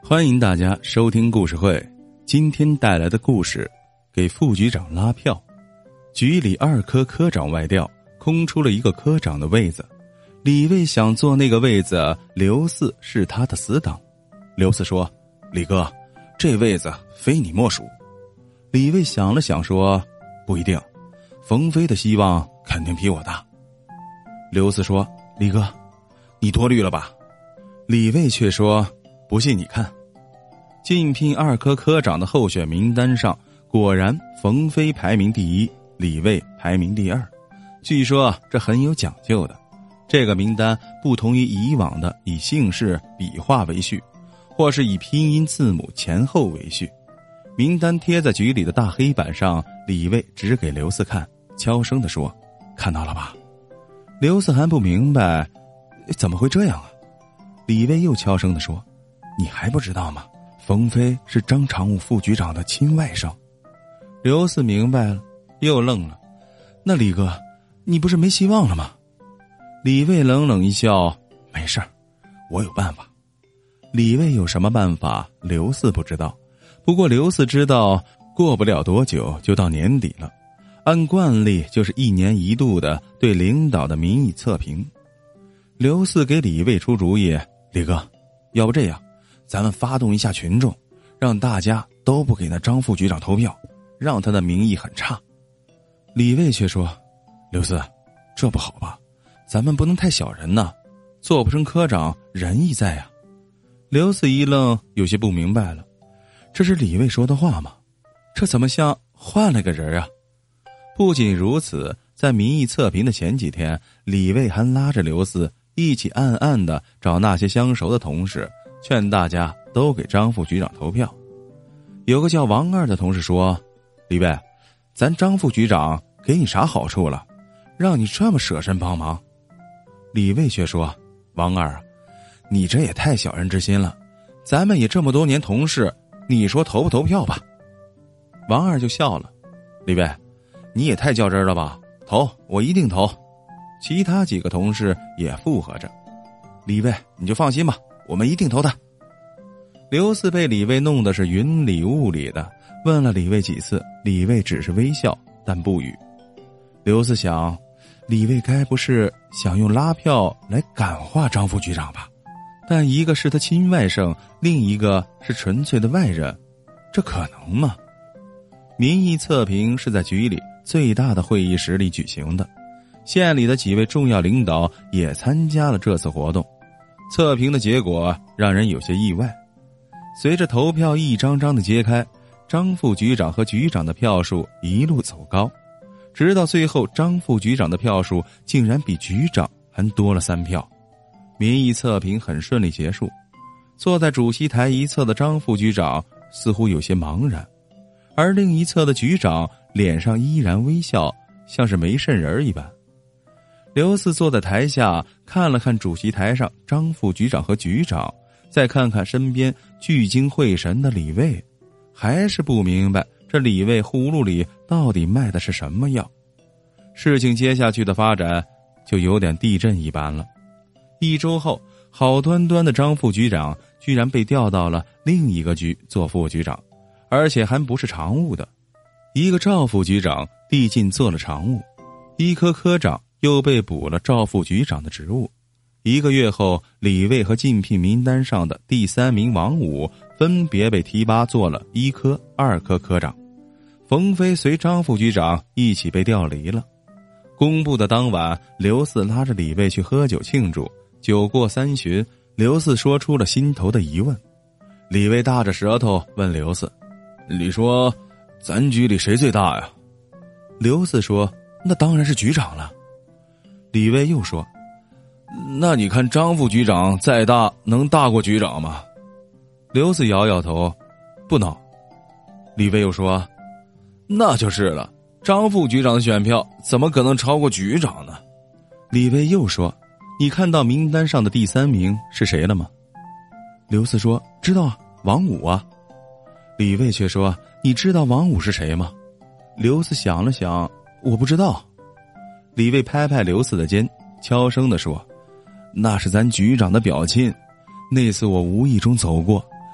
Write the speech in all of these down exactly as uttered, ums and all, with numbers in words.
欢迎大家收听故事会，今天带来的故事给副局长拉票。局里二科科长外调，空出了一个科长的位子，李卫想坐那个位子，刘四是他的死党。刘四说：李哥，这位子非你莫属。李卫想了想说：不一定，冯飞的希望肯定比我大。刘四说：李哥，你多虑了吧。李卫却说：不信你看。竞聘二科科长的候选名单上，果然冯飞排名第一，李卫排名第二。据说这很有讲究的，这个名单不同于以往的以姓氏笔画为序，或是以拼音字母前后为序。名单贴在局里的大黑板上，李卫指给刘四看，悄声地说：看到了吧。刘四还不明白怎么会这样啊。李卫又悄声地说：你还不知道吗？冯飞是张常务副局长的亲外甥。刘四明白了，又愣了。那李哥，你不是没希望了吗？李卫冷冷一笑：没事儿，我有办法。李卫有什么办法，刘四不知道。不过刘四知道，过不了多久就到年底了，按惯例就是一年一度的对领导的民意测评。刘四给李卫出主意：李哥，要不这样，咱们发动一下群众，让大家都不给那张副局长投票，让他的名义很差。李卫却说：刘四，这不好吧，咱们不能太小人呐，做不成科长仁义在呀。刘四一愣，有些不明白了，这是李卫说的话吗？这怎么像换了个人啊？不仅如此，在民意测评的前几天，李卫还拉着刘四一起暗暗地找那些相熟的同事，劝大家都给张副局长投票。有个叫王二的同事说：李卫，咱张副局长给你啥好处了，让你这么舍身帮忙？李卫却说：王二啊，你这也太小人之心了，咱们也这么多年同事，你说投不投票吧？王二就笑了：李卫，你也太较真了吧，投，我一定投。其他几个同事也附和着：李卫，你就放心吧，我们一定投他。刘四被李卫弄得是云里雾里的，问了李卫几次，李卫只是微笑但不语。刘四想，李卫该不是想用拉票来感化张副局长吧？但一个是他亲外甥，另一个是纯粹的外人，这可能吗？民意测评是在局里最大的会议室里举行的，县里的几位重要领导也参加了这次活动。测评的结果让人有些意外，随着投票一张张的揭开，张副局长和局长的票数一路走高，直到最后张副局长的票数竟然比局长还多了三票。民意测评很顺利结束，坐在主席台一侧的张副局长似乎有些茫然，而另一侧的局长脸上依然微笑，像是没事人一般。刘四坐在台下，看了看主席台上张副局长和局长，再看看身边聚精会神的李卫，还是不明白这李卫葫芦里到底卖的是什么药。事情接下去的发展就有点地震一般了。一周后，好端端的张副局长居然被调到了另一个局做副局长，而且还不是常务的。一个赵副局长递进做了常务，一科科长又被补了赵副局长的职务。一个月后，李卫和竞聘名单上的第三名王武分别被提拔做了一科、二科科长。冯飞随张副局长一起被调离了。公布的当晚，刘四拉着李卫去喝酒庆祝。酒过三巡，刘四说出了心头的疑问。李卫大着舌头问刘四：你说咱局里谁最大呀？刘四说：那当然是局长了。李卫又说：那你看张副局长再大，能大过局长吗？刘四摇摇头：不能。李卫又说：那就是了，张副局长的选票怎么可能超过局长呢？李卫又说：你看到名单上的第三名是谁了吗？刘四说：知道啊，王武啊。李卫却说：你知道王武是谁吗？刘四想了想：我不知道。李卫拍拍刘四的肩，悄声地说：那是咱局长的表亲，那次我无意中走过，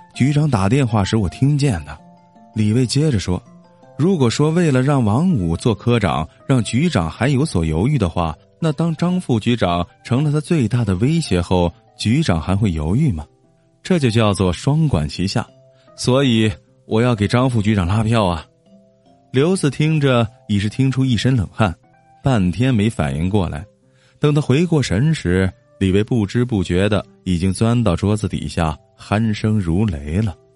局长打电话时我听见的。李卫接着说，如果说为了让王五做科长，让局长还有所犹豫的话，那当张副局长成了他最大的威胁后，局长还会犹豫吗？这就叫做双管齐下。所以我要给张副局长拉票啊。刘四听着已是听出一身冷汗，半天没反应过来。等他回过神时，李卫不知不觉的已经钻到桌子底下，鼾声如雷了。